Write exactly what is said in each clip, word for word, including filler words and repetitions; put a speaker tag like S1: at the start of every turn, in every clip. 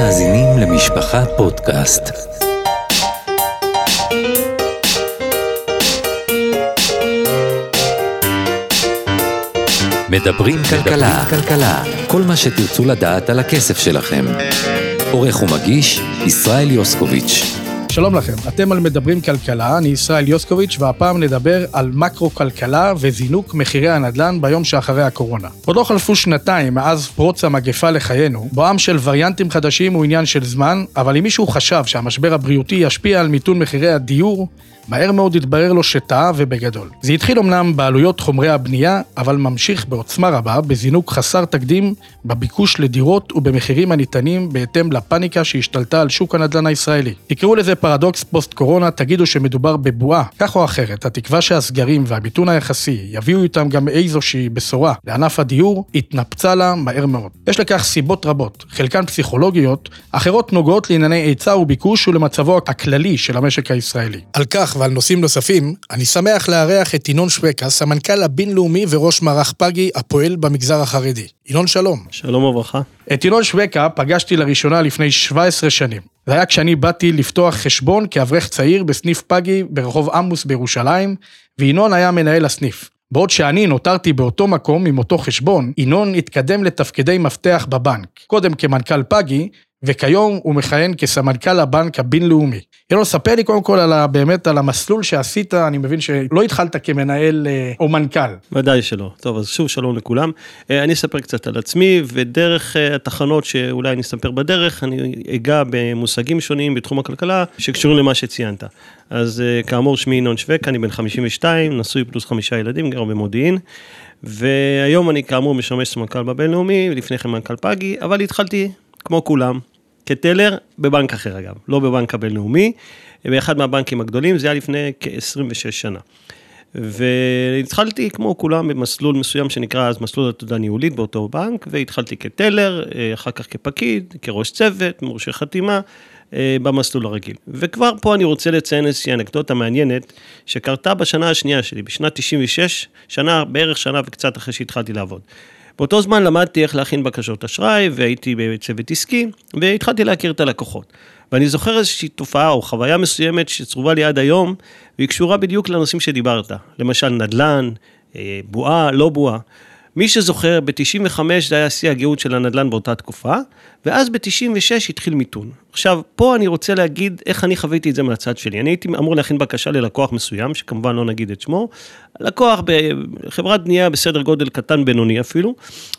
S1: מאזינים למשפחה פודקאסט. מדברים כלכלה, כלכלה, כל מה שתרצו לדעת על הכסף שלכם. עורך ומגיש, ישראל יוסקוביץ'.
S2: שלום לכם, אתם על מדברים כלכלה, אני ישראל יוסקוביץ', והפעם נדבר על מקרו-כלכלה וזינוק מחירי הנדל"ן ביום שאחרי הקורונה. עוד לא חלפו שנתיים מאז פרוץ המגפה לחיינו, בואם של וריאנטים חדשים הוא עניין של זמן, אבל אם מישהו חשב שהמשבר הבריאותי ישפיע על מיתון מחירי הדיור, מהר מאוד התברר לו שטעה ובגדול. זה התחיל אמנם בעלויות חומרי הבנייה, אבל ממשיך בעוצמה רבה בזינוק חסר תקדים בביקוש לדירות ובמחירים הניתנים בהתאם לפאניקה שהשתלטה על שוק הנדל"ן הישראלי. תקראו לזה פרדוקס פוסט-קורונה, תגידו שמדובר בבועה. כך או אחרת, התקווה שהסגרים והמיתון היחסי יביאו איתם גם איזושהי בשורה לענף הדיור, התנפצה לה מהר מאוד. יש לכך סיבות רבות, חלקן פסיכולוגיות, אחרות נוגעות לענייני היצע וביקוש ולמצבו הכללי של המשק הישראלי. על כך ועל נושאים נוספים, אני שמח לארח את ינון שווקה, סמנכ"ל הבינלאומי וראש מערך פאגי הפועל במגזר החרדי. ינון, שלום.
S3: שלום וברכה.
S2: את ינון שווקה פגשתי לראשונה לפני שבע עשרה שנים. זה היה כשאני באתי לפתוח חשבון כאברך צעיר בסניף פאגי ברחוב עמוס בירושלים, וינון היה מנהל הסניף. בעוד שאני נותרתי באותו מקום עם אותו חשבון, ינון התקדם לתפקידי מפתח בבנק. קודם כמנכ"ל פאגי, וכיום הוא מכהן כסמנכ"ל הבנק הבינלאומי. ינון, ספר לי קודם כל על ה, באמת על המסלול שעשית, אני מבין שלא התחלת כמנהל או מנכ"ל.
S3: ודאי שלא. טוב, אז שוב שלום לכולם. אני אספר קצת על עצמי, ודרך התחנות שאולי אני אספר בדרך, אני אגע במושגים שונים בתחום הכלכלה, שקשורים למה שציינת. אז כאמור, שמי ינון שווקה, אני בן חמישים ושתיים, נשוי פלוס חמישה ילדים, גר במודיעין, והיום אני כאמור משמש סמנכ"ל בבינלאומי, ולפני כן מנכ"ל פאגי, אבל התחלתי כמו כולם, כטלר, בבנק אחר אגב, לא בבנק הבינלאומי, באחד מהבנקים הגדולים, זה היה לפני כ-עשרים ושש שנה. והתחלתי כמו כולם במסלול מסוים שנקרא אז מסלול עתודה ניהולית באותו בנק, והתחלתי כטלר, אחר כך כפקיד, כראש צוות, מורשה חתימה, במסלול הרגיל. וכבר פה אני רוצה לציין איזושהי אנקדוטה מעניינת, שקרתה בשנה השנייה שלי, בשנת תשעים ושש, שנה, בערך שנה וקצת אחרי שהתחלתי לעבוד. באותו זמן למדתי איך להכין בקשות אשראי, והייתי בצוות עסקי, והתחלתי להכיר את הלקוחות. ואני זוכר איזושהי תופעה או חוויה מסוימת שצרובה לי עד היום, והיא קשורה בדיוק לנושאים שדיברת. למשל נדל"ן, בועה, לא בועה. מי שזוכר, ב-תשעים וחמש זה היה שיא הגאות של הנדל"ן באותה תקופה, ואז ב-תשעים ושש התחיל מיתון. עכשיו, פה אני רוצה להגיד איך אני חוויתי את זה מהצד שלי. אני הייתי אמור להכין בקשה ללקוח מסוים, שכמובן לא נגיד את שמו, לקוח בחברת בנייה בסדר גודל קטן בינוני אפילו,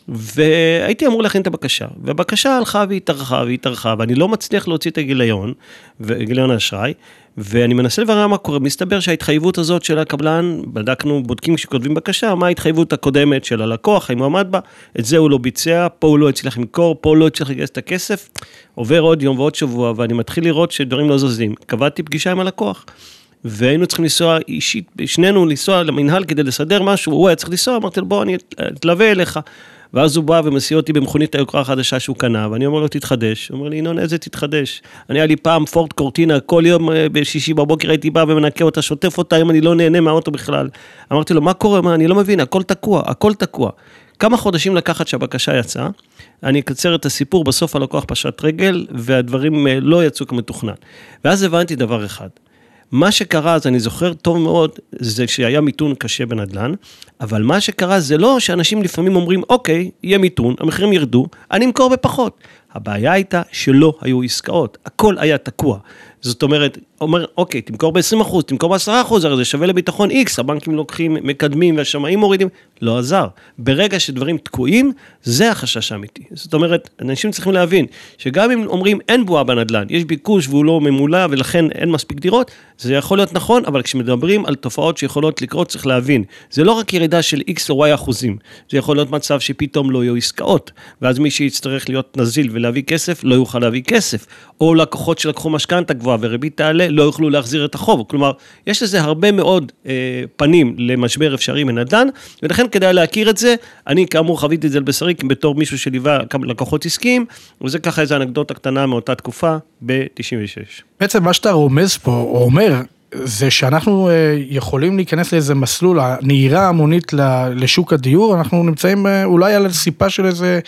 S3: והייתי אמור להכין את הבקשה, והבקשה הלכה והתארכה והתארכה, ואני לא מצליח להוציא את הגיליון, וגיליון האשראי, ואני מנסה לברר מה קורה, מסתבר שההתחייבות הזאת של הקבלן, בדקנו, בודקים כשכותבים בקשה, מה ההתחייבות הקודמת של הלקוח, האם הוא עמד בה, את זה הוא לא ביצע, פה הוא לא הצליח למכור, פה הוא לא הצליח לגייס את הכסף, עובר עוד יום ועוד שבוע, ואני מתחיל לראות שדברים לא זזים. קבעתי פגישה עם הלקוח, והיינו צריכים לנסוע אישית, שנינו לנסוע למנהל כדי לסדר משהו, הוא היה צריך לנסוע, אמרתי לו, בוא, אני אתלווה אליך. ואז הוא בא ומסיע אותי במכונית היוקרה החדשה שהוא קנה, ואני אומר לו, תתחדש. הוא אומר לי, ינון, איזה תתחדש? אני היה לי פעם פורט קורטינה, כל יום בשישי בבוקר הייתי בא ומנקה אותה, שוטף אותה, אם אני לא נהנה מהאוטו בכלל. אמרתי לו, מה קורה? מה? אני לא מבין, הכל תקוע, הכל תקוע. כמה חודשים לקחת שהבקשה יצאה, אני אקצר את הסיפור, בסוף הלקוח פשט רגל, והדברים לא יצאו כמתוכנן. ואז הבנתי דבר אחד. מה שקרה, אז אני זוכר טוב מאוד, זה שהיה מיתון קשה בנדל"ן, אבל מה שקרה זה לא שאנשים לפעמים אומרים, אוקיי, יהיה מיתון, המחירים ירדו, אני אמכור בפחות. הבעיה הייתה שלא היו עסקאות, הכל היה תקוע. זאת אומרת, אומר, אוקיי, תמכור ב-עשרים אחוז, תמכור ב-עשרה אחוז, הרי זה שווה לביטחון X, הבנקים לוקחים, מקדמים, והשמאים מורידים, לא עזר. ברגע שדברים תקועים, זה החשש האמיתי. זאת אומרת, אנשים צריכים להבין, שגם אם אומרים, אין בועה בנדל"ן, יש ביקוש והוא לא ממולא, ולכן אין מספיק דירות, זה יכול להיות נכון, אבל כשמדברים על תופעות שיכולות לקרות, צריך להבין. זה לא רק ירידה של X או Y אחוזים, זה יכול להיות מצב שפתאום לא יהיו עסקאות, ואז מי שיצטרך להיות נזיל ולהביא כסף, לא יוכל להביא כסף, או לקוחות שלקחו משכנתא גבוהה וריבית תעלה, לא יוכלו להחזיר את החוב. כלומר, יש לזה הרבה מאוד אה, פנים למשבר אפשרי מנדל"ן, ולכן כדאי להכיר את זה. אני כאמור חוויתי את זה על בשרי, בתור מישהו שליווה כמה לקוחות עסקיים, וזה ככה איזו אנקדוטה קטנה מאותה תקופה ב-תשעים ושש.
S2: בעצם מה שאתה רומז פה, או אומר, זה שאנחנו יכולים להיכנס לאיזה מסלול, הנהירה המונית לשוק הדיור, אנחנו נמצאים אולי על הסיפה של איזה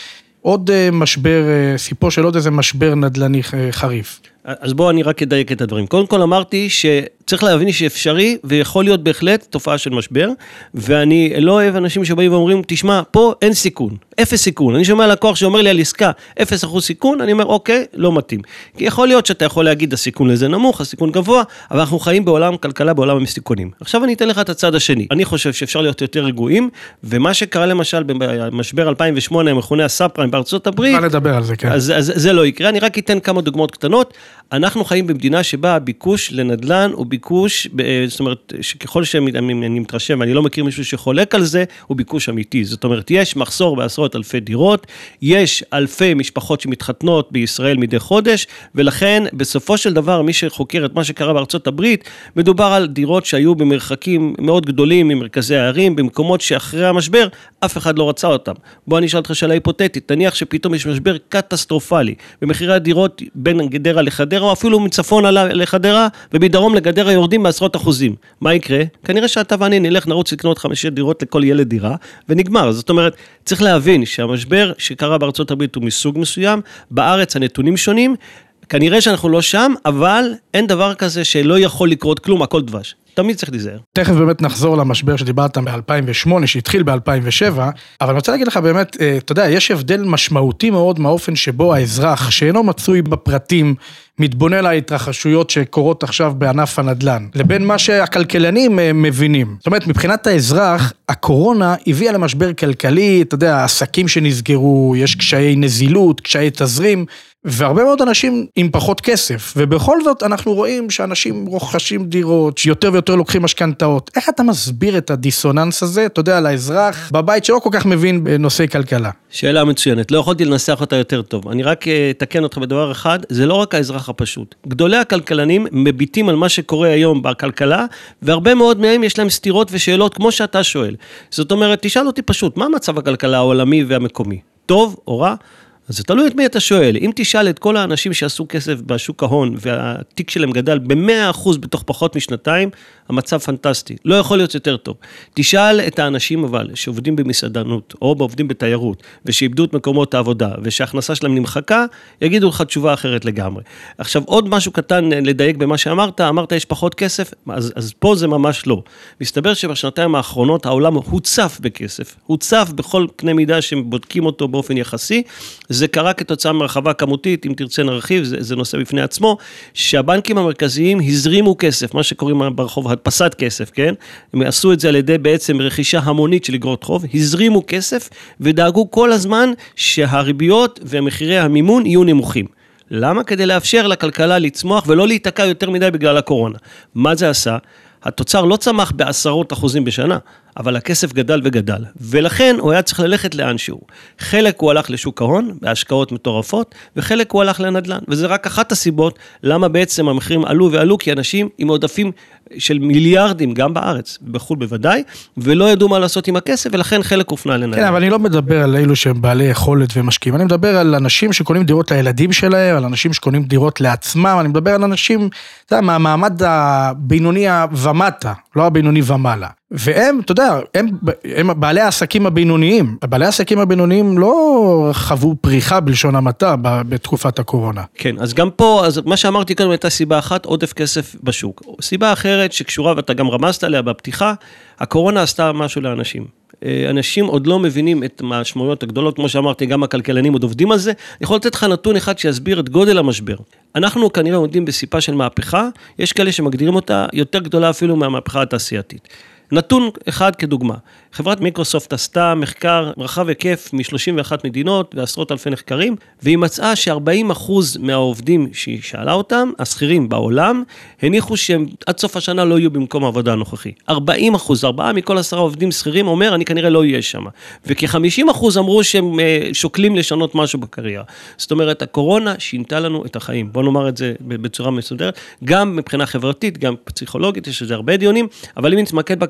S2: עוד משבר, סיפור של עוד איזה משבר נדל"ני חריף.
S3: אז בואו אני רק אדייק את הדברים. קודם כל אמרתי שצריך להבין שאפשרי ויכול להיות בהחלט תופעה של משבר, ואני לא אוהב אנשים שבאים ואומרים, תשמע, פה אין סיכון, אפס סיכון. אני שומע לקוח שאומר לי על עסקה, אפס אחוז סיכון, אני אומר, אוקיי, לא מתאים. כי יכול להיות שאתה יכול להגיד, הסיכון לזה נמוך, הסיכון גבוה, אבל אנחנו חיים בעולם כלכלה, בעולם המסיכונים. עכשיו אני אתן לך את הצד השני. אני חושב שאפשר להיות יותר רגועים, ומה שקרה למשל במשבר אלפיים ושמונה, המכונה הסאב-פריים בארצות הברית,
S2: נדבר על זה, כן.
S3: אז, אז זה לא יקרה. אני רק אתן כמה דוגמאות קטנות. אנחנו חיים במדינה שבה הביקוש לנדל"ן הוא ביקוש, זאת אומרת, שככל שאני מתרשם, ואני לא מכיר מישהו שחולק על זה, הוא ביקוש אמיתי. זאת אומרת, יש מחסור בעשרות אלפי דירות, יש אלפי משפחות שמתחתנות בישראל מדי חודש, ולכן בסופו של דבר, מי שחוקר את מה שקרה בארצות הברית, מדובר על דירות שהיו במרחקים מאוד גדולים ממרכזי הערים, במקומות שאחרי המשבר, אף אחד לא רצה אותם. בוא אני אשאל אותך שאלה היפותטית, תניח שפתאום יש משבר קטסטרופלי, במחירי הדירות בין גדרה לחדרה, או אפילו מצפון לחדרה, ובדרום לגדרה יורדים בעשרות אחוזים. מה יקרה? כנראה שאתה ואני נלך נרוץ לקנות חמישה דירות לכל ילד דירה, ונגמר. זאת אומרת, צריך להבין שהמשבר שקרה בארצות הברית הוא מסוג מסוים, בארץ הנתונים שונים, כנראה שאנחנו לא שם, אבל אין דבר כזה שלא יכול לקרות כלום, הכל דבש. תמיד צריך להיזהר.
S2: תכף באמת נחזור למשבר שדיברת ב-אלפיים ושמונה, שהתחיל ב-אלפיים ושבע, אבל אני רוצה להגיד לך באמת, אתה יודע, יש הבדל משמעותי מאוד מהאופן שבו האזרח, שאינו מצוי בפרטים, מתבונן להתרחשויות שקורות עכשיו בענף הנדל"ן, לבין מה שהכלכלנים מבינים. זאת אומרת, מבחינת האזרח, הקורונה הביאה למשבר כלכלי, אתה יודע, עסקים שנסגרו, יש קשיי נזילות, קשיי תזרים, והרבה מאוד אנשים עם פחות כסף, ובכל זאת אנחנו רואים שאנשים רוכשים דירות, שיותר ויותר לוקחים משכנתאות. איך אתה מסביר את הדיסוננס הזה, אתה יודע, לאזרח בבית שלא כל כך מבין בנושאי כלכלה?
S3: שאלה מצוינת, לא יכולתי לנסח אותה יותר טוב. אני רק אתקן אותך בדבר אחד, זה לא רק האזרח הפשוט. גדולי הכלכלנים מביטים על מה שקורה היום בכלכלה, והרבה מאוד מהם יש להם סתירות ושאלות כמו שאתה שואל. זאת אומרת, תשאל אותי פשוט, מה מצב הכלכלה העולמי והמקומי? טוב או רע? אז זה תלוי את מי אתה שואל. אם תשאל את כל האנשים שעשו כסף בשוק ההון, והתיק שלהם גדל ב-מאה אחוז בתוך פחות משנתיים, המצב פנטסטי. לא יכול להיות יותר טוב. תשאל את האנשים אבל, שעובדים במסעדנות, או בעובדים בתיירות, ושאיבדו את מקומות העבודה, ושההכנסה שלהם נמחקה, יגידו לך תשובה אחרת לגמרי. עכשיו, עוד משהו קטן לדייק במה שאמרת, אמרת יש פחות כסף, אז, אז פה זה ממש לא. מסתבר שבשנתיים האחרונות, העולם הוצף בכסף, הוצף בכל קנה מידה שבודקים אותו באופן יחסי, זה קרה כתוצאה מרחבה כמותית, אם תרצה נרחיב, זה, זה נושא בפני עצמו, שהבנקים המרכזיים הזרימו כסף, מה שקוראים ברחוב הדפסת כסף, כן? הם עשו את זה על ידי בעצם רכישה המונית של אגרות חוב, הזרימו כסף ודאגו כל הזמן שהריביות ומחירי המימון יהיו נמוכים. למה? כדי לאפשר לכלכלה לצמוח ולא להיתקע יותר מדי בגלל הקורונה. מה זה עשה? התוצר לא צמח בעשרות אחוזים בשנה, אבל הכסף גדל וגדל, ולכן הוא היה צריך ללכת לאן שהוא. חלק הוא הלך לשוק ההון, בהשקעות מטורפות, וחלק הוא הלך לנדל"ן, וזה רק אחת הסיבות, למה בעצם המחירים עלו ועלו, כי אנשים עם עודפים של מיליארדים, גם בארץ, בחול בוודאי, ולא ידעו מה לעשות עם הכסף, ולכן חלק הופנה לנדל"ן.
S2: כן, אבל אני לא מדבר על אלו שהם בעלי יכולת ומשקיעים, אני מדבר על אנשים שקונים דירות לילדים שלהם, על אנשים שקונים דירות לעצמם, אני מדבר על אנשים, אתה יודע, מהמעמד הבינוני ומטה, לא הבינוני ומעלה. והם, אתה יודע, הם, הם בעלי העסקים הבינוניים. בעלי העסקים הבינוניים לא חוו פריחה בלשון המעטה בתקופת הקורונה.
S3: כן, אז גם פה, אז מה שאמרתי קודם הייתה סיבה אחת, עודף כסף בשוק. סיבה אחרת שקשורה, ואתה גם רמזת עליה בפתיחה, הקורונה עשתה משהו לאנשים. אנשים עוד לא מבינים את המשמעויות הגדולות, כמו שאמרתי, גם הכלכלנים עוד עובדים על זה. אני יכול לתת לך נתון אחד שיסביר את גודל המשבר. אנחנו כנראה עומדים בסיפה של מהפכה, יש כאלה שמגדירים אותה יותר גדולה אפילו מהמהפכה התעשייתית. נתון אחד כדוגמה, חברת מיקרוסופט עשתה מחקר רחב היקף מ-שלושים ואחת מדינות ועשרות אלפי נחקרים, והיא מצאה ש-ארבעים אחוז מהעובדים שהיא שאלה אותם, השכירים בעולם, הניחו שהם עד סוף השנה לא יהיו במקום העבודה הנוכחי. ארבעים אחוז, ארבעה מכל עשרה עובדים שכירים אומר, אני כנראה לא אהיה שם. וכ-חמישים אחוז אמרו שהם שוקלים לשנות משהו בקריירה. זאת אומרת, הקורונה שינתה לנו את החיים. בוא נאמר את זה בצורה מסודרת, גם מבחינה חברתית, גם פסיכולוגית, יש לזה הרבה דיונים, אבל אם נתמקד בכלכלה,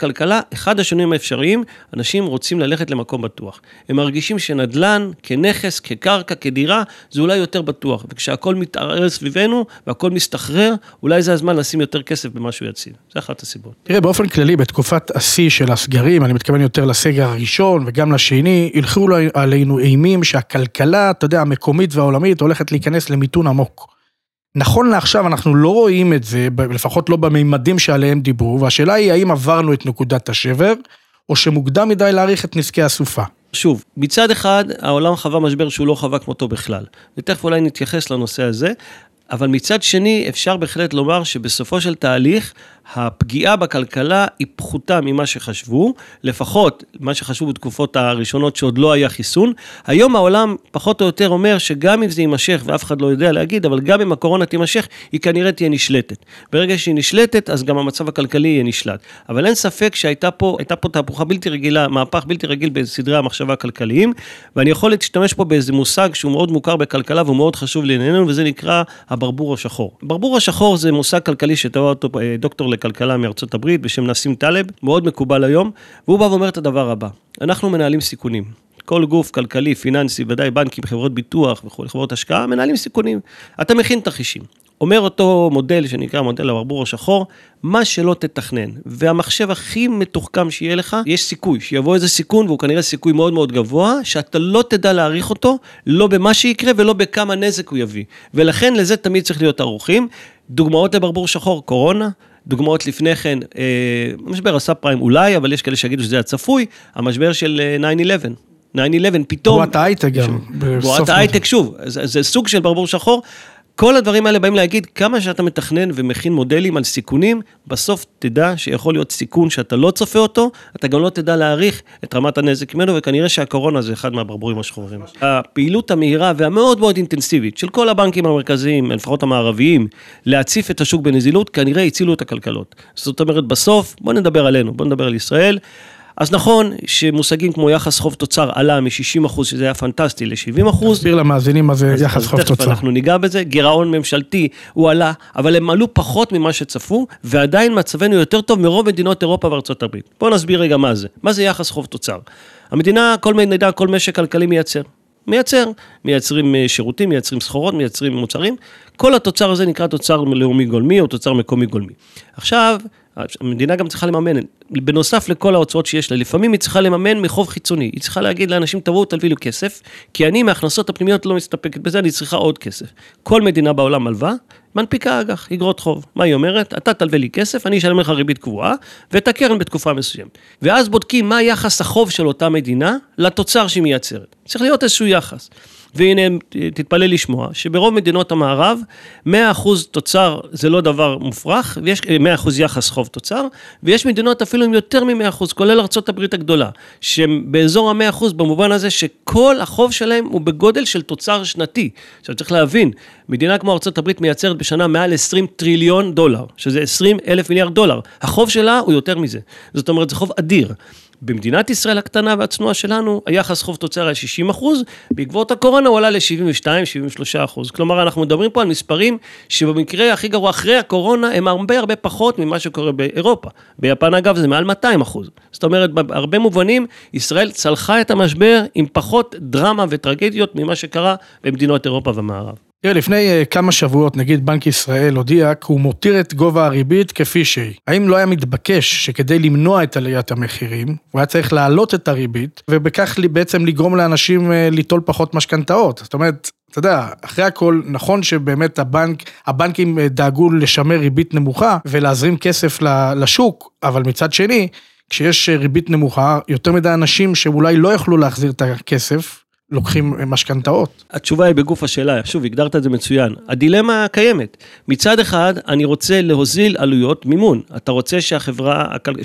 S3: בכלכלה, אחד השינויים האפשריים, אנשים רוצים ללכת למקום בטוח. הם מרגישים שנדל"ן, כנכס, כקרקע, כדירה, זה אולי יותר בטוח. וכשהכל מתערער סביבנו, והכל מסתחרר, אולי זה הזמן לשים יותר כסף במשהו יציב. זה אחת הסיבות.
S2: תראה, באופן כללי, בתקופת השיא של הסגרים, אני מתכוון יותר לסגר הראשון וגם לשני, הלכו עלינו אימים שהכלכלה, אתה יודע, המקומית והעולמית הולכת להיכנס למיתון עמוק. נכון לעכשיו אנחנו לא רואים את זה, לפחות לא בממדים שעליהם דיברו, והשאלה היא האם עברנו את נקודת השבר, או שמוקדם מדי להעריך את נזקי הסופה.
S3: שוב, מצד אחד, העולם חווה משבר שהוא לא חווה כמותו בכלל, ותכף אולי נתייחס לנושא הזה, אבל מצד שני אפשר בהחלט לומר שבסופו של תהליך, הפגיעה בכלכלה היא פחותה ממה שחשבו, לפחות מה שחשבו בתקופות הראשונות שעוד לא היה חיסון. היום העולם פחות או יותר אומר שגם אם זה יימשך, ואף אחד לא יודע להגיד, אבל גם אם הקורונה תימשך, היא כנראה תהיה נשלטת. ברגע שהיא נשלטת, אז גם המצב הכלכלי יהיה נשלט. אבל אין ספק שהייתה פה, הייתה פה תהפוכה בלתי רגילה, מהפך בלתי רגיל בסדרי המחשבה הכלכליים, ואני יכול להשתמש פה באיזה מושג שהוא מאוד מוכר בכלכלה, והוא מאוד חשוב לענייננו, וזה נקרא הברבור השחור. ברבור השחור זה מושג כלכלי שטבע אותו דוקטור לכלכלה מארצות הברית, בשם נסים טלב, מאוד מקובל היום, והוא בא ואומר את הדבר הבא, אנחנו מנהלים סיכונים, כל גוף כלכלי, פיננסי, ודאי בנקים, חברות ביטוח וחברות השקעה, מנהלים סיכונים, אתה מכין תרחישים, אומר אותו מודל שנקרא מודל הברבור השחור, מה שלא תתכנן, והמחשב הכי מתוחכם שיהיה לך, יש סיכוי, שיבוא איזה סיכון, והוא כנראה סיכוי מאוד מאוד גבוה, שאתה לא תדע להעריך אותו, לא במה שיקרה ולא בכמה נזק הוא יביא, ולכן לזה תמיד צריך להיות ערוכים, דוגמאות לברבור שחור, קורונה, דוגמאות לפני כן, המשבר הסאב פריים אולי, אבל יש כאלה שיגידו שזה הצפוי, המשבר של ניין אלבן. ניין אלבן פתאום...
S2: בועת ההייטק גם.
S3: בועת ההייטק שוב, זה, זה סוג של ברבור שחור, כל הדברים האלה באים להגיד, כמה שאתה מתכנן ומכין מודלים על סיכונים, בסוף תדע שיכול להיות סיכון שאתה לא צופה אותו, אתה גם לא תדע להעריך את רמת הנזק ממנו, וכנראה שהקורונה זה אחד מהברבורים השחורים. הפעילות המהירה והמאוד מאוד אינטנסיבית של כל הבנקים המרכזיים, לפחות המערביים, להציף את השוק בנזילות, כנראה הצילו את הכלכלות. זאת אומרת, בסוף, בוא נדבר עלינו, בוא נדבר על ישראל, אז נכון שמושגים כמו יחס חוב תוצר עלה מ-שישים אחוז, שזה היה פנטסטי, ל-שבעים אחוז.
S2: תסביר למאזינים מה זה יחס חוב תוצר.
S3: אנחנו ניגע בזה, גירעון ממשלתי הוא עלה, אבל הם עלו פחות ממה שצפו, ועדיין מצבנו יותר טוב מרוב מדינות אירופה וארצות הברית. בואו נסביר רגע מה זה. מה זה יחס חוב תוצר? המדינה, כל מידע, כל משק כלכלי מייצר. מייצר, מייצרים שירותים, מייצרים סחורות, מייצרים מוצרים. כל התוצר הזה נקרא תוצר לאומי גולמי או תוצר מקומי גולמי. עכשיו, המדינה גם צריכה לממן, בנוסף לכל ההוצאות שיש לה, לפעמים היא צריכה לממן מחוב חיצוני, היא צריכה להגיד לאנשים, תבואו תלוו לי כסף, כי אני מהכנסות הפנימיות לא מסתפקת בזה, אני צריכה עוד כסף. כל מדינה בעולם מלווה, מנפיקה אג"ח, אגרות חוב. מה היא אומרת? אתה תלווה לי כסף, אני אשלם לך ריבית קבועה, ואת הקרן בתקופה מסוימת. ואז בודקים מה יחס החוב של אותה מדינה לתוצר שהיא מייצרת. צריך להיות איזשהו יחס. והנה, תתפלא לשמוע, שברוב מדינות המערב, מאה אחוז תוצר זה לא דבר מופרך, ויש מאה אחוז יחס חוב תוצר, ויש מדינות אפילו עם יותר מ-מאה אחוז, כולל ארצות הברית הגדולה, שבאזור ה-מאה אחוז במובן הזה, שכל החוב שלהם הוא בגודל של תוצר שנתי. עכשיו צריך להבין, מדינה כמו ארצות הברית מייצרת בשנה מעל עשרים טריליון דולר, שזה עשרים אלף מיליארד דולר. החוב שלה הוא יותר מזה. זאת אומרת, זה חוב אדיר. במדינת ישראל הקטנה והצנועה שלנו, היחס חוב תוצר היה שישים אחוז, בעקבות הקורונה הוא עלה ל-שבעים ושתיים שבעים ושלושה אחוז. כלומר, אנחנו מדברים פה על מספרים שבמקרה הכי גרוע אחרי הקורונה, הם הרבה הרבה פחות ממה שקורה באירופה. ביפן אגב זה מעל מאתיים אחוז. זאת אומרת, בהרבה מובנים, ישראל צלחה את המשבר עם פחות דרמה וטרגדיות ממה שקרה במדינות אירופה ומערב.
S2: תראה, לפני כמה שבועות, נגיד בנק ישראל הודיע, כי הוא מותיר את גובה הריבית כפי שהיא. האם לא היה מתבקש שכדי למנוע את עליית המחירים, הוא היה צריך להעלות את הריבית, ובכך בעצם לגרום לאנשים ליטול פחות משכנתאות? זאת אומרת, אתה יודע, אחרי הכל, נכון שבאמת הבנק, הבנקים דאגו לשמר ריבית נמוכה, ולהזרים כסף לשוק, אבל מצד שני, כשיש ריבית נמוכה, יותר מדי אנשים שאולי לא יוכלו להחזיר את הכסף, לוקחים משכנתאות.
S3: התשובה היא בגוף השאלה, שוב, הגדרת את זה מצוין. הדילמה קיימת. מצד אחד, אני רוצה להוזיל עלויות מימון. אתה רוצה שהחברה,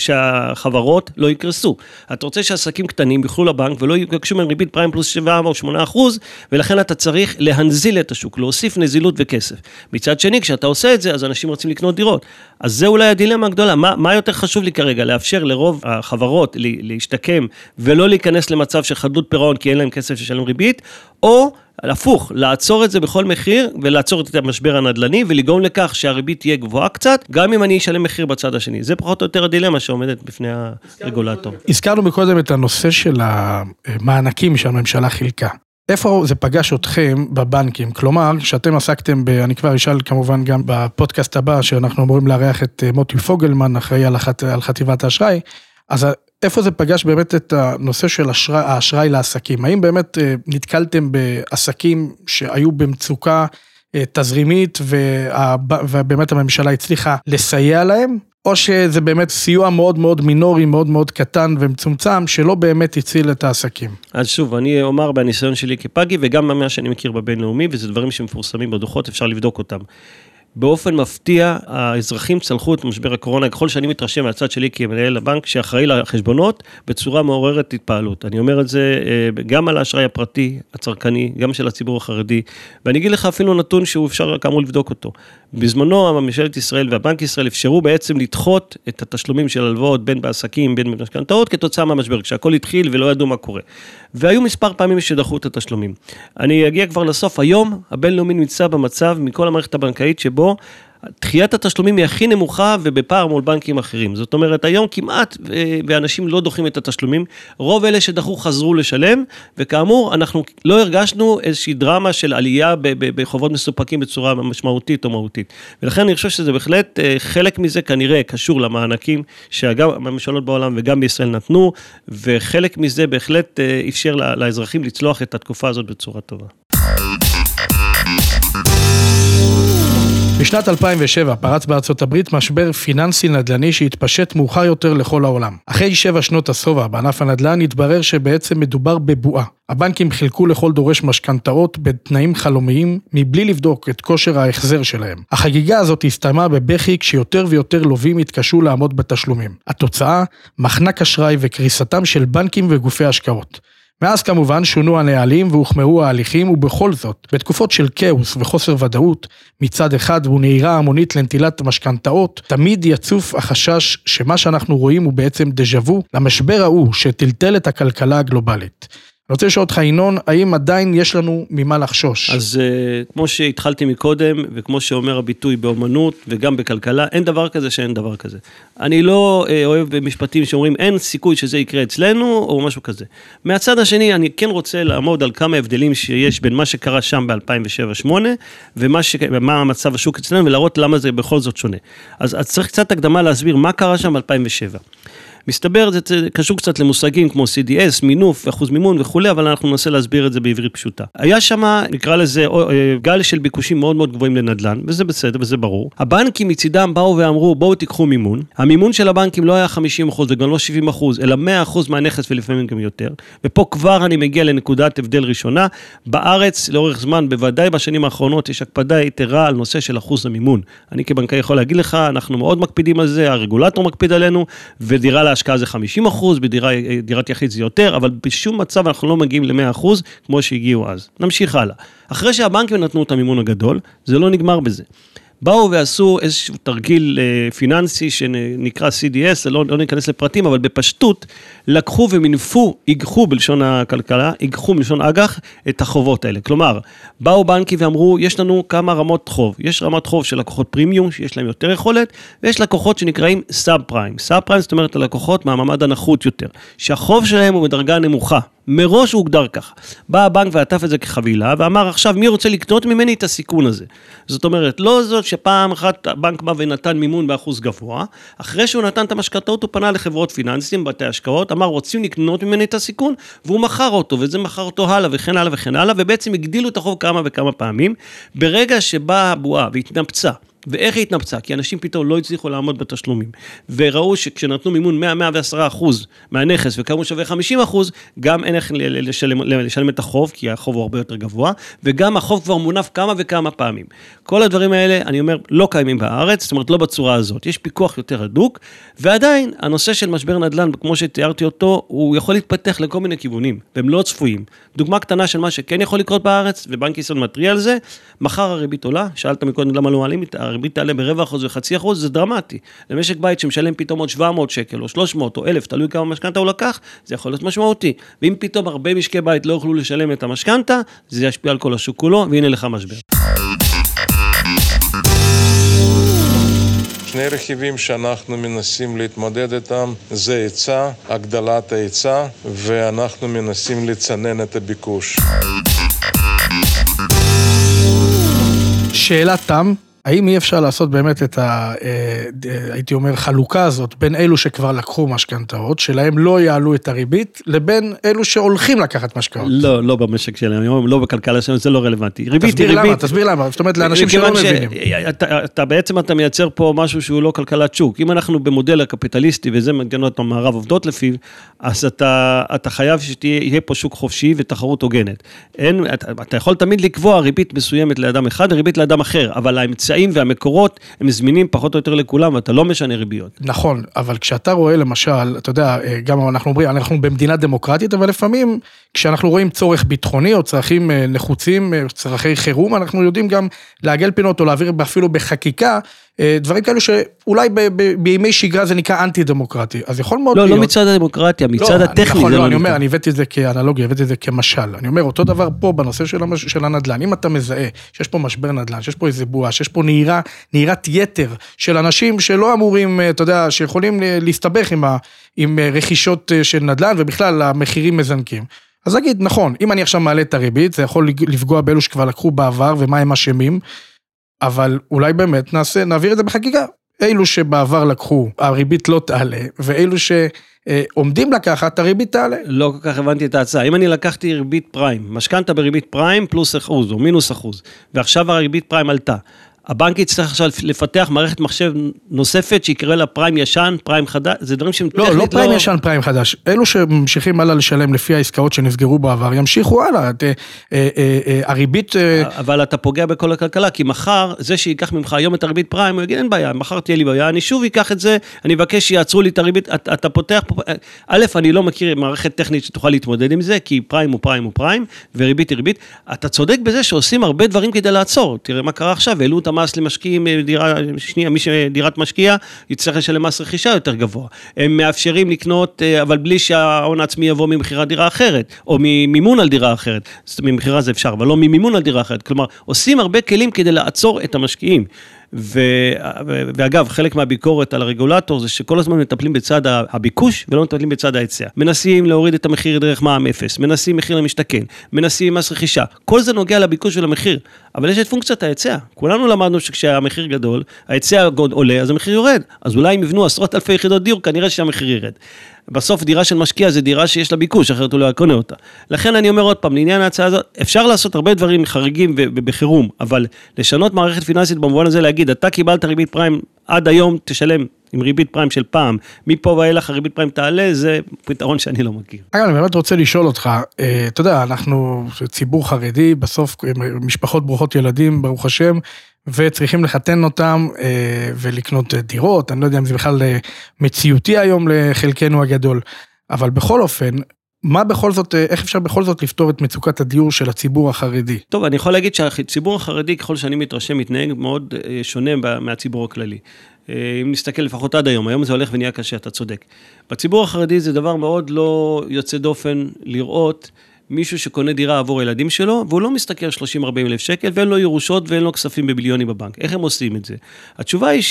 S3: שהחברות לא יקרסו. אתה רוצה שהעסקים קטנים יוכלו לבנק ולא יבקשו מהם ריבית פריים פלוס שבע או שמונה אחוז, ולכן אתה צריך להנזיל את השוק, להוסיף נזילות וכסף. מצד שני, כשאתה עושה את זה, אז אנשים רוצים לקנות דירות. אז זה אולי הדילמה הגדולה. מה, מה יותר חשוב לי כרגע? לאפשר לרוב החברות להשתקם ולא להיכנס למצב של חדלות פירעון כי אין להם כסף לשלם ריבית, או הפוך, לעצור את זה בכל מחיר, ולעצור את המשבר הנדל"ני, ולגרום לכך שהריבית תהיה גבוהה קצת, גם אם אני אשלם מחיר בצד השני. זה פחות או יותר הדילמה שעומדת בפני הרגולטור.
S2: הזכרנו מקודם את הנושא של המענקים שהממשלה חילקה. איפה זה פגש אתכם בבנקים? כלומר, כשאתם עסקתם, ב, אני כבר אשאל כמובן גם בפודקאסט הבא, שאנחנו אמורים לארח את מוטי פוגלמן, אחראי על, החט, על חטיבת האשראי, אז איפה זה פגש באמת את הנושא של אשראי, האשראי לעסקים? האם באמת נתקלתם בעסקים שהיו במצוקה תזרימית, וה, ובאמת הממשלה הצליחה לסייע להם? או שזה באמת סיוע מאוד מאוד מינורי, מאוד מאוד קטן ומצומצם, שלא באמת הציל את העסקים.
S3: אז שוב, אני אומר בניסיון שלי כפגי, וגם מה שאני מכיר בבינלאומי, וזה דברים שמפורסמים בדוחות, אפשר לבדוק אותם. באופן מפתיע, האזרחים צלחו את משבר הקורונה, ככל שאני מתרשם מהצד שלי כמנהל הבנק, שאחראי לחשבונות, בצורה מעוררת התפעלות. אני אומר את זה גם על האשראי הפרטי, הצרכני, גם של הציבור החרדי, ואני אגיד לך אפילו נתון שהוא אפשר כאמור לבדוק אותו. בזמנו, ממשלת ישראל והבנק ישראל אפשרו בעצם לדחות את התשלומים של הלוואות בין בעסקים, בין במשכנתאות, כתוצאה מהמשבר, כשהכל התחיל ולא ידעו מה קורה. והיו מספר פעמים שדחו את התשלומים. אני אגיע כבר לסוף. היום, הבינלאומי נמצא במצב מכל המערכת הבנקאית שבו דחיית התשלומים היא הכי נמוכה ובפער מול בנקים אחרים. זאת אומרת, היום כמעט, ואנשים לא דוחים את התשלומים, רוב אלה שדחו חזרו לשלם, וכאמור, אנחנו לא הרגשנו איזושהי דרמה של עלייה בחובות מסופקים בצורה משמעותית או מהותית. ולכן אני חושב שזה בהחלט חלק מזה כנראה קשור למענקים, שגם הממשלות בעולם וגם בישראל נתנו, וחלק מזה בהחלט אפשר לאזרחים לצלוח את התקופה הזאת בצורה טובה.
S2: בשנת אלפיים ושבע פרץ בארצות הברית משבר פיננסי נדל"ני שהתפשט מאוחר יותר לכל העולם. אחרי שבע שנות השובע בענף הנדל"ן התברר שבעצם מדובר בבועה. הבנקים חילקו לכל דורש משכנתאות בתנאים חלומיים מבלי לבדוק את כושר ההחזר שלהם. החגיגה הזאת הסתיימה בבכי כשיותר ויותר לווים התקשו לעמוד בתשלומים. התוצאה, מחנק אשראי וקריסתם של בנקים וגופי השקעות. מאז כמובן שונו הנהלים והוחמרו ההליכים, ובכל זאת, בתקופות של כאוס וחוסר ודאות, מצד אחד ונהירה המונית לנטילת משכנתאות, תמיד יצוף החשש שמה שאנחנו רואים הוא בעצם דז'אבו למשבר ההוא שטלטל את הכלכלה הגלובלית. אני רוצה לשאול אותך, ינון, האם עדיין יש לנו ממה לחשוש?
S3: אז uh, כמו שהתחלתי מקודם, וכמו שאומר הביטוי באומנות, וגם בכלכלה, אין דבר כזה שאין דבר כזה. אני לא uh, אוהב במשפטים שאומרים, אין סיכוי שזה יקרה אצלנו, או משהו כזה. מהצד השני, אני כן רוצה לעמוד על כמה הבדלים שיש בין מה שקרה שם ב-אלפיים ושבע שמונה, ומה ש... מה המצב השוק אצלנו, ולהראות למה זה בכל זאת שונה. אז, אז צריך קצת הקדמה להסביר מה קרה שם ב-אלפיים ושבע. מסתבר, זה קשור קצת למושגים כמו סי די אס, מינוף, אחוז מימון וכו', אבל אנחנו ננסה להסביר את זה בעברית פשוטה. היה שם, נקרא לזה, גל של ביקושים מאוד מאוד גבוהים לנדל"ן, וזה בסדר, וזה ברור. הבנקים מצידם באו ואמרו, בואו תיקחו מימון. המימון של הבנקים לא היה חמישים אחוז, וגם לא שבעים אחוז, אלא מאה אחוז מהנכס ולפעמים גם יותר. ופה כבר אני מגיע לנקודת הבדל ראשונה. בארץ, לאורך זמן, בוודאי בשנים האחרונות, יש הקפדה יתרה על נושא של אחוז המימון. אני כבנקאי יכול להגיד לך, אנחנו מאוד מקפידים על זה, הרגולטור מקפיד עלינו, ודירה להשקעה זה חמישים אחוז, בדירת יחיד זה יותר, אבל בשום מצב אנחנו לא מגיעים ל-מאה אחוז, כמו שהגיעו אז. נמשיך הלאה. אחרי שהבנקים נתנו את המימון הגדול, זה לא נגמר בזה. באו ועשו איזשהו תרגיל פיננסי שנקרא סי די אס, לא, לא ניכנס לפרטים, אבל בפשטות לקחו ומנפו, יגחו בלשון הכלכלה, יגחו בלשון אג"ח את החובות האלה. כלומר, באו בנקים ואמרו, יש לנו כמה רמות חוב. יש רמת חוב של לקוחות פרימיום, שיש להם יותר יכולת, ויש לקוחות שנקראים סאב פריים. סאב פריים זאת אומרת הלקוחות מהמעמד הנחות יותר, שהחוב שלהם הוא בדרגה נמוכה. מראש הוא הוגדר ככה. בא הבנק ועטף את זה כחבילה, ואמר עכשיו מי רוצה לקנות ממני את הסיכון הזה. זאת אומרת, לא זאת שפעם אחת הבנק בא ונתן מימון באחוז גבוה, אחרי שהוא נתן את המשכנתאות הוא פנה לחברות פיננסיים, בתי השקעות, אמר רוצים לקנות ממני את הסיכון, והוא מכר אותו, וזה מכר אותו הלאה וכן הלאה וכן הלאה, ובעצם הגדילו את החוב כמה וכמה פעמים, ברגע שבאה הבועה והתנפצה, ואיך היא התנפצה? כי אנשים פתאום לא הצליחו לעמוד בתשלומים, וראו שכשנתנו מימון מאה עד מאה ועשרה אחוז מהנכס, וכמו שווה חמישים אחוז, גם אין איך לשלם, לשלם את החוב, כי החוב הוא הרבה יותר גבוה, וגם החוב כבר מונף כמה וכמה פעמים. כל הדברים האלה, אני אומר, לא קיימים בארץ, זאת אומרת, לא בצורה הזאת. יש פיקוח יותר הדוק, ועדיין, הנושא של משבר נדל"ן, כמו שתיארתי אותו, הוא יכול להתפתח לכל מיני כיוונים, והם לא צפויים. דוגמה קטנה של מה שכן יכול לקרות בארץ, ובנק ישראל מתריע על זה, מחר הריבית עולה, שאלת מקודם למה לא מעלים את הריבית תעלה ברבע אחוז וחצי אחוז, זה דרמטי. למשק בית שמשלם פתאום עוד שבע מאות שקל, או שלוש מאות, או אלף, תלוי כמה משכנתה הוא לקח, זה יכול להיות משמעותי. ואם פתאום הרבה משקי בית לא יוכלו לשלם את המשכנתה, זה ישפיע על כל השוק כולו, והנה לך משבר.
S4: שני רכיבים שאנחנו מנסים להתמודד איתם, זה היצע, הגדלת ההיצע, ואנחנו מנסים לצנן את הביקוש.
S2: שאלת תם, האם אי אפשר לעשות באמת את ה, הייתי אומר, חלוקה הזאת בין אלו שכבר לקחו משכנתאות, שלהם לא יעלו את הריבית, לבין אלו שהולכים לקחת משכנתאות?
S3: לא, לא במשק שלהם, לא בכלכלה שלהם, זה לא רלוונטי.
S2: תסביר למה, תסביר למה, זאת אומרת, לאנשים שלא מבינים.
S3: אתה בעצם, אתה מייצר פה משהו שהוא לא כלכלת שוק. אם אנחנו במודל הקפיטליסטי, וזה מדינות המערב עובדות לפיו, אז אתה, אתה חייב שתהיה פה שוק חופשי ותחרות הוגנת. אין, אתה יכול תמיד לקבוע ריבית מסוימת לאדם אחד, ריבית לאדם אחר, אבל האמצעים והמקורות הם זמינים פחות או יותר לכולם, ואתה לא משנה ריביות.
S2: נכון, אבל כשאתה רואה למשל, אתה יודע, גם אנחנו אומרים, אנחנו במדינה דמוקרטית, אבל לפעמים כשאנחנו רואים צורך ביטחוני או צרכים נחוצים, צרכי חירום, אנחנו יודעים גם לעגל פינות או להעביר אפילו בחקיקה, דברים כאלו שאולי בימי שגרה זה נקרא אנטי-דמוקרטי, אז יכול מאוד
S3: לא,
S2: להיות...
S3: לא מצד הדמוקרטיה, מצד הטכני.
S2: נכון, לא, אני אומר, אני הבאתי את זה כאנלוגיה, הבאתי את זה כמשל. אני אומר, אותו דבר פה בנושא של הנדל"ן, אם אתה מזהה שיש פה משבר נדל"ן, שיש פה איזה בועה, שיש פה נהירה, נהירת יתר של אנשים שלא אמורים, אתה יודע, שיכולים להסתבך עם, ה, עם רכישות של נדל"ן, ובכלל המחירים מזנקים. אז אגיד, נכון, אם אני עכשיו מעלה את הריבית, זה יכול לפגוע באלו שכבר לקחו בעבר, ומה הם אשמים, אבל אולי באמת נעשה, נעביר את זה בחקיקה. אילו שבעבר לקחו, הריבית לא תעלה, ואילו שעומדים לקחת, הריבית תעלה.
S3: לא כל כך הבנתי את ההצעה. אם אני לקחתי ריבית פריים, משכנתה בריבית פריים פלוס אחוז, או מינוס אחוז, ועכשיו הריבית פריים עלתה, הבנק יצטרך עכשיו לפתח מערכת מחשב נוספת שיקרא לה פריים ישן, פריים חדש, זה דברים שהם
S2: לא, לא פריים ישן, פריים חדש. אלו שממשיכים הלאה לשלם לפי העסקאות שנסגרו בעבר, ימשיכו הלאה. הריבית...
S3: אבל אתה פוגע בכל הכלכלה, כי מחר, זה שיקח ממך היום את הריבית פריים, הוא יגיד, אין בעיה, מחר תהיה לי בעיה, אני שוב אקח את זה, אני אבקש שיעצרו לי את הריבית, אתה פותח... א', אני לא מכיר מערכת טכנית שתוכל להתמודד עם זה, כי פריים הוא פריים הוא פריים, וריבית היא ריבית. אתה צודק בזה שעושים הרבה דברים כדי לעצור. תראה מה קרה עכשיו, העלו את המס למשקיעים, דירה שנייה, מי שדירת משקיע, יצטרך לשלם מס רכישה יותר גבוה. הם מאפשרים לקנות, אבל בלי שההון העצמי יבוא ממחירת דירה אחרת, או ממימון על דירה אחרת. ממחירה זה אפשר, אבל לא ממימון על דירה אחרת. כלומר, עושים הרבה כלים כדי לעצור את המשקיעים. ו... ואגב, חלק מהביקורת על הרגולטור זה שכל הזמן מטפלים בצד הביקוש ולא מטפלים בצד ההיצע. מנסים להוריד את המחיר דרך מע"מ אפס, מנסים מחיר למשתכן, מנסים מס רכישה. כל זה נוגע לביקוש ולמחיר, אבל יש את פונקציית ההיצע. כולנו למדנו שכשהמחיר גדול, ההיצע עולה, אז המחיר יורד. אז אולי אם יבנו עשרות אלפי יחידות דיור, כנראה שהמחיר ירד. בסוף דירה של משקיע זה דירה שיש לה ביקוש, אחרת הוא לא יקונה אותה. לכן אני אומר עוד פעם, לעניין ההצעה הזאת, אפשר לעשות הרבה דברים חריגים ובחירום, אבל לשנות מערכת פיננסית במובן הזה להגיד, אתה קיבלת ריבית פריים, עד היום תשלם עם ריבית פריים של פעם, מפה ואילך הריבית פריים תעלה, זה פתרון שאני לא מכיר.
S2: אגב, אני באמת רוצה לשאול אותך, אתה יודע, אנחנו ציבור חרדי, בסוף משפחות ברוכות ילדים, ברוך השם, וצריכים לחתן אותם ולקנות דירות, אני לא יודע אם זה בכלל מציאותי היום לחלקנו הגדול, אבל בכל אופן, מה בכל זאת, איך אפשר בכל זאת לפתור את מצוקת הדיור של הציבור החרדי?
S3: טוב, אני יכול להגיד שהציבור החרדי, ככל שאני מתרשם, מתנהג מאוד שונה מהציבור הכללי. אם נסתכל לפחות עד היום, היום זה הולך ונהיה קשה, אתה צודק. בציבור החרדי זה דבר מאוד לא יוצא דופן לראות מישהו שקונה דירה עבור הילדים שלו, והוא לא מסתכל שלושים ארבעים אלף שקל, ואין לו ירושות ואין לו כספים בביליונים בבנק. איך הם עושים את זה? התשובה היא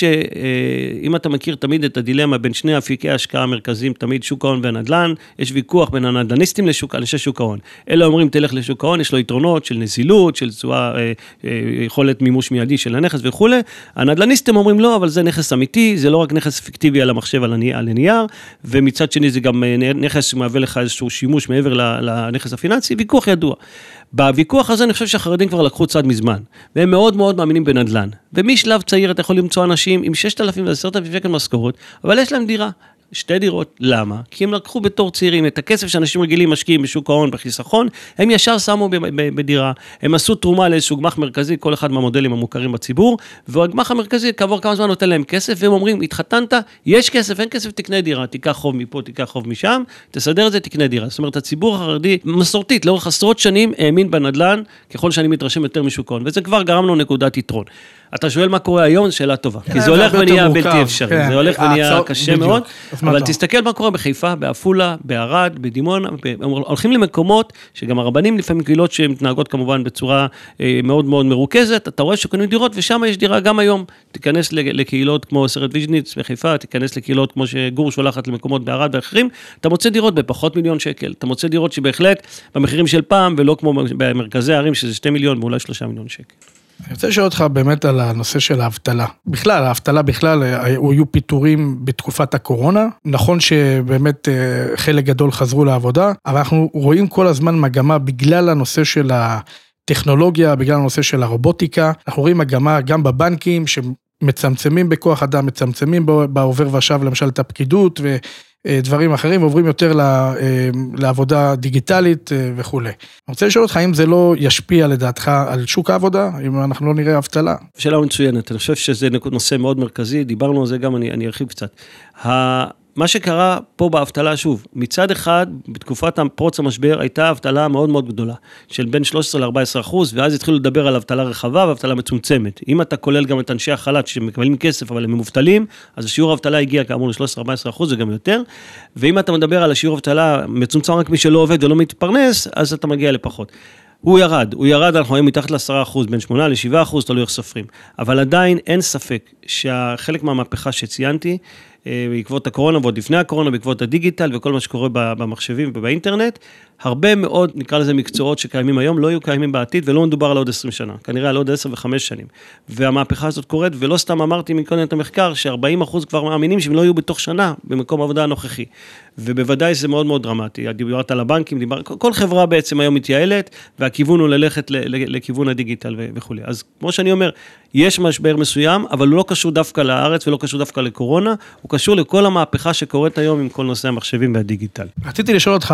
S3: שאם אתה מכיר תמיד את הדילמה בין שני אפיקי ההשקעה המרכזיים, תמיד שוק ההון והנדל"ן, יש ויכוח בין הנדל"ניסטים לשוק, אנשי שוק ההון. אלה אומרים, תלך לשוק ההון, יש לו יתרונות של נזילות, של צועה, יכולת מימוש מיידי של הנכס וכו'. הנדל"ניסטים אומרים לא, אבל זה נכס אמיתי, זה לא רק נכס פיקטיבי על המחשב, על הנייר, ומצד שני זה גם נכס שמהווה לך איזשהו שימוש מעבר לנכס הפיננסי, ויכוח ידוע. בוויכוח הזה אני חושב שהחרדים כבר לקחו צד מזמן, והם מאוד מאוד מאמינים בנדל"ן. ומשלב צעיר אתה יכול למצוא אנשים עם שישת אלפים ועשרת אלפים שקל משכורת, אבל יש להם דירה. שתי דירות, למה? כי הם לקחו בתור צעירים את הכסף שאנשים רגילים משקיעים בשוק ההון, בחיסכון, הם ישר שמו בדירה, הם עשו תרומה לאיזשהו גמח מרכזי, כל אחד מהמודלים המוכרים בציבור, והגמח המרכזי כעבור כמה זמן נותן להם כסף, והם אומרים, התחתנת, יש כסף, אין כסף, תקנה דירה, תיקח חוב מפה, תיקח חוב משם, תסדר את זה, תקנה דירה. זאת אומרת, הציבור החרדי, מסורתית, לאורך עשרות שנים, האמין בנדל"ן, ככל שאני מתרשם יותר משוק ההון, וזה כבר גרם לו נקודת יתרון. אתה שואל מה קורה היום, זו שאלה טובה. כי זה הולך ונהיה בלתי אפשרי, זה הולך ונהיה קשה מאוד, אבל תסתכל מה קורה בחיפה, באפולה, בערד, בדימונה, הולכים למקומות שגם הרבנים לפעמים קהילות שמתנהגות כמובן בצורה מאוד מאוד מרוכזת, אתה רואה שקונים דירות, ושם יש דירה גם היום. תיכנס לקהילות כמו סרט ויז'ניץ בחיפה, תיכנס לקהילות כמו שגור שולחת למקומות בערד ואחרים, אתה מוצא דירות בפחות מיליון שקל, אתה מוצא דירות שבהחלט במחירים של פעם, ולא כמו במרכזי הערים, שזה שתי מיליון ואולי שלושה מיליון שקל.
S2: אני רוצה לשאול אותך באמת על הנושא של האבטלה. בכלל, האבטלה בכלל, היו פיטורים בתקופת הקורונה. נכון שבאמת חלק גדול חזרו לעבודה, אבל אנחנו רואים כל הזמן מגמה בגלל הנושא של הטכנולוגיה, בגלל הנושא של הרובוטיקה. אנחנו רואים מגמה גם בבנקים שמצמצמים בכוח אדם, מצמצמים בעובר ושב, למשל את הפקידות ו... דברים אחרים, עוברים יותר לעבודה דיגיטלית וכו'. אני רוצה לשאול אותך, האם זה לא ישפיע לדעתך על שוק העבודה, אם אנחנו לא נראה אבטלה?
S3: שאלה מצוינת, אני חושב שזה נושא מאוד מרכזי, דיברנו על זה גם, אני, אני ארחיב קצת. מה שקרה פה באבטלה, שוב, מצד אחד, בתקופת פרוץ המשבר, הייתה אבטלה מאוד מאוד גדולה, של בין שלושה עשר לארבעה עשר אחוז, ואז התחילו לדבר על אבטלה רחבה ואבטלה מצומצמת. אם אתה כולל גם את אנשי החל"ת שמקבלים כסף, אבל הם מובטלים, אז השיעור האבטלה הגיע כאמור ל-שלושה עשר לארבעה עשר אחוז, זה גם יותר, ואם אתה מדבר על השיעור האבטלה מצומצם רק מי שלא עובד ולא מתפרנס, אז אתה מגיע לפחות. הוא ירד, הוא ירד, אנחנו רואים מתחת ל-עשרה אחוז, בין שמונה לשבעה אחוז, תלוי איך סופרים. אבל עדיין אין ספק שהחלק מהמהפכה שציינתי, בעקבות הקורונה ועוד לפני הקורונה, בעקבות הדיגיטל וכל מה שקורה במחשבים ובאינטרנט, הרבה מאוד, נקרא לזה מקצועות שקיימים היום, לא יהיו קיימים בעתיד, ולא מדובר על עוד עשרים שנה, כנראה על עוד עשר וחמש שנים. והמהפכה הזאת קורית, ולא סתם אמרתי מקודם את המחקר, ש-ארבעים אחוז כבר מאמינים שהם לא יהיו בתוך שנה, במקום העבודה הנוכחי. ובוודאי זה מאוד מאוד דרמטי. דיברת על הבנקים, דיבר... כל חברה בעצם היום מתייעלת, והכיוון הוא ללכת לכיוון הדיגיטל וכו'. אז כמו שאני אומר, יש משבר מסוים, אבל הוא לא קשור דווקא לארץ ולא קשור דווקא לקורונה, הוא קשור לכל המהפכה שקורית היום עם כל נושא המחשבים והדיגיטל.
S2: רציתי לשאול אותך,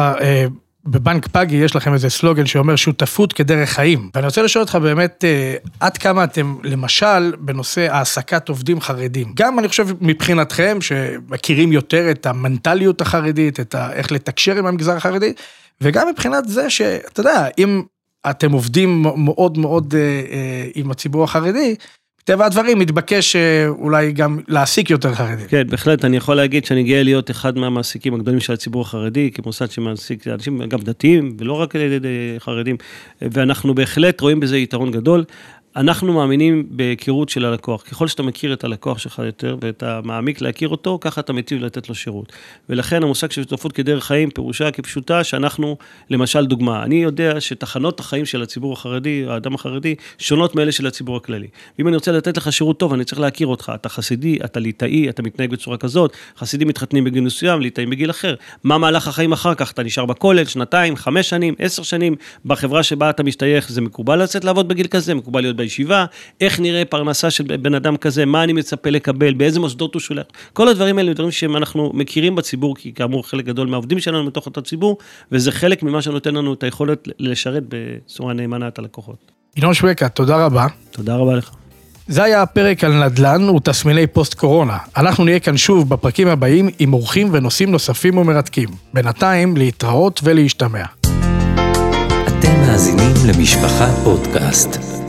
S2: בבנק פאגי יש לכם איזה סלוגן שאומר שותפות כדרך חיים, ואני רוצה לשאול אותך באמת עד כמה אתם למשל בנושא העסקת עובדים חרדים, גם אני חושב מבחינתכם שמכירים יותר את המנטליות החרדית, את איך לתקשר עם המגזר החרדי, וגם מבחינת זה שאתה יודע, אם אתם עובדים מאוד מאוד עם הציבור החרדי, טבע הדברים מתבקש אולי גם להעסיק יותר חרדים.
S3: כן, בהחלט, אני יכול להגיד שאני גאה להיות אחד מהמעסיקים הגדולים של הציבור החרדי, כמוסד שמעסיק אנשים גם דתיים, ולא רק חרדים, ואנחנו בהחלט רואים בזה יתרון גדול. אנחנו מאמינים בהיכרות של הלקוח. ככל שאתה מכיר את הלקוח שלך יותר, ואתה מעמיק להכיר אותו, ככה אתה מטיב לתת לו שירות. ולכן המושג של שותפות כדרך חיים, פירושה כפשוטה, שאנחנו, למשל דוגמה, אני יודע שתחנות החיים של הציבור החרדי, האדם החרדי, שונות מאלה של הציבור הכללי. ואם אני רוצה לתת לך שירות טוב, אני צריך להכיר אותך. אתה חסידי, אתה ליטאי, אתה מתנהג בצורה כזאת, חסידים מתחתנים בגיל מסוים, ליטאים בגיל אחר. מה מהלך החיים אחר כך? אתה נשאר בכולל, שנתיים, חמש שנים, עשר שנים, בחברה שבה אתה משתייך, זה מקובל לצאת לעבוד בגיל כזה, מקובל להיות בישיבה, איך נראה פרנסה של בן אדם כזה, מה אני מצפה לקבל, באיזה מוסדות הוא שולח. כל הדברים האלה, דברים שאנחנו מכירים בציבור, כי כאמור חלק גדול מהעובדים שלנו בתוך אותו ציבור, וזה חלק ממה שנותן לנו את היכולת לשרת בצורה נאמנה את הלקוחות.
S2: ינון שווקה, תודה רבה.
S3: תודה רבה לך.
S2: זה היה הפרק על נדל"ן ותסמיני פוסט קורונה. אנחנו נהיה כאן שוב בפרקים הבאים עם אורחים ונושאים נוספים ומרתקים. בינתיים להתראות ולהשתמע.
S1: אתם מאזינים למשפחה פודקאסט.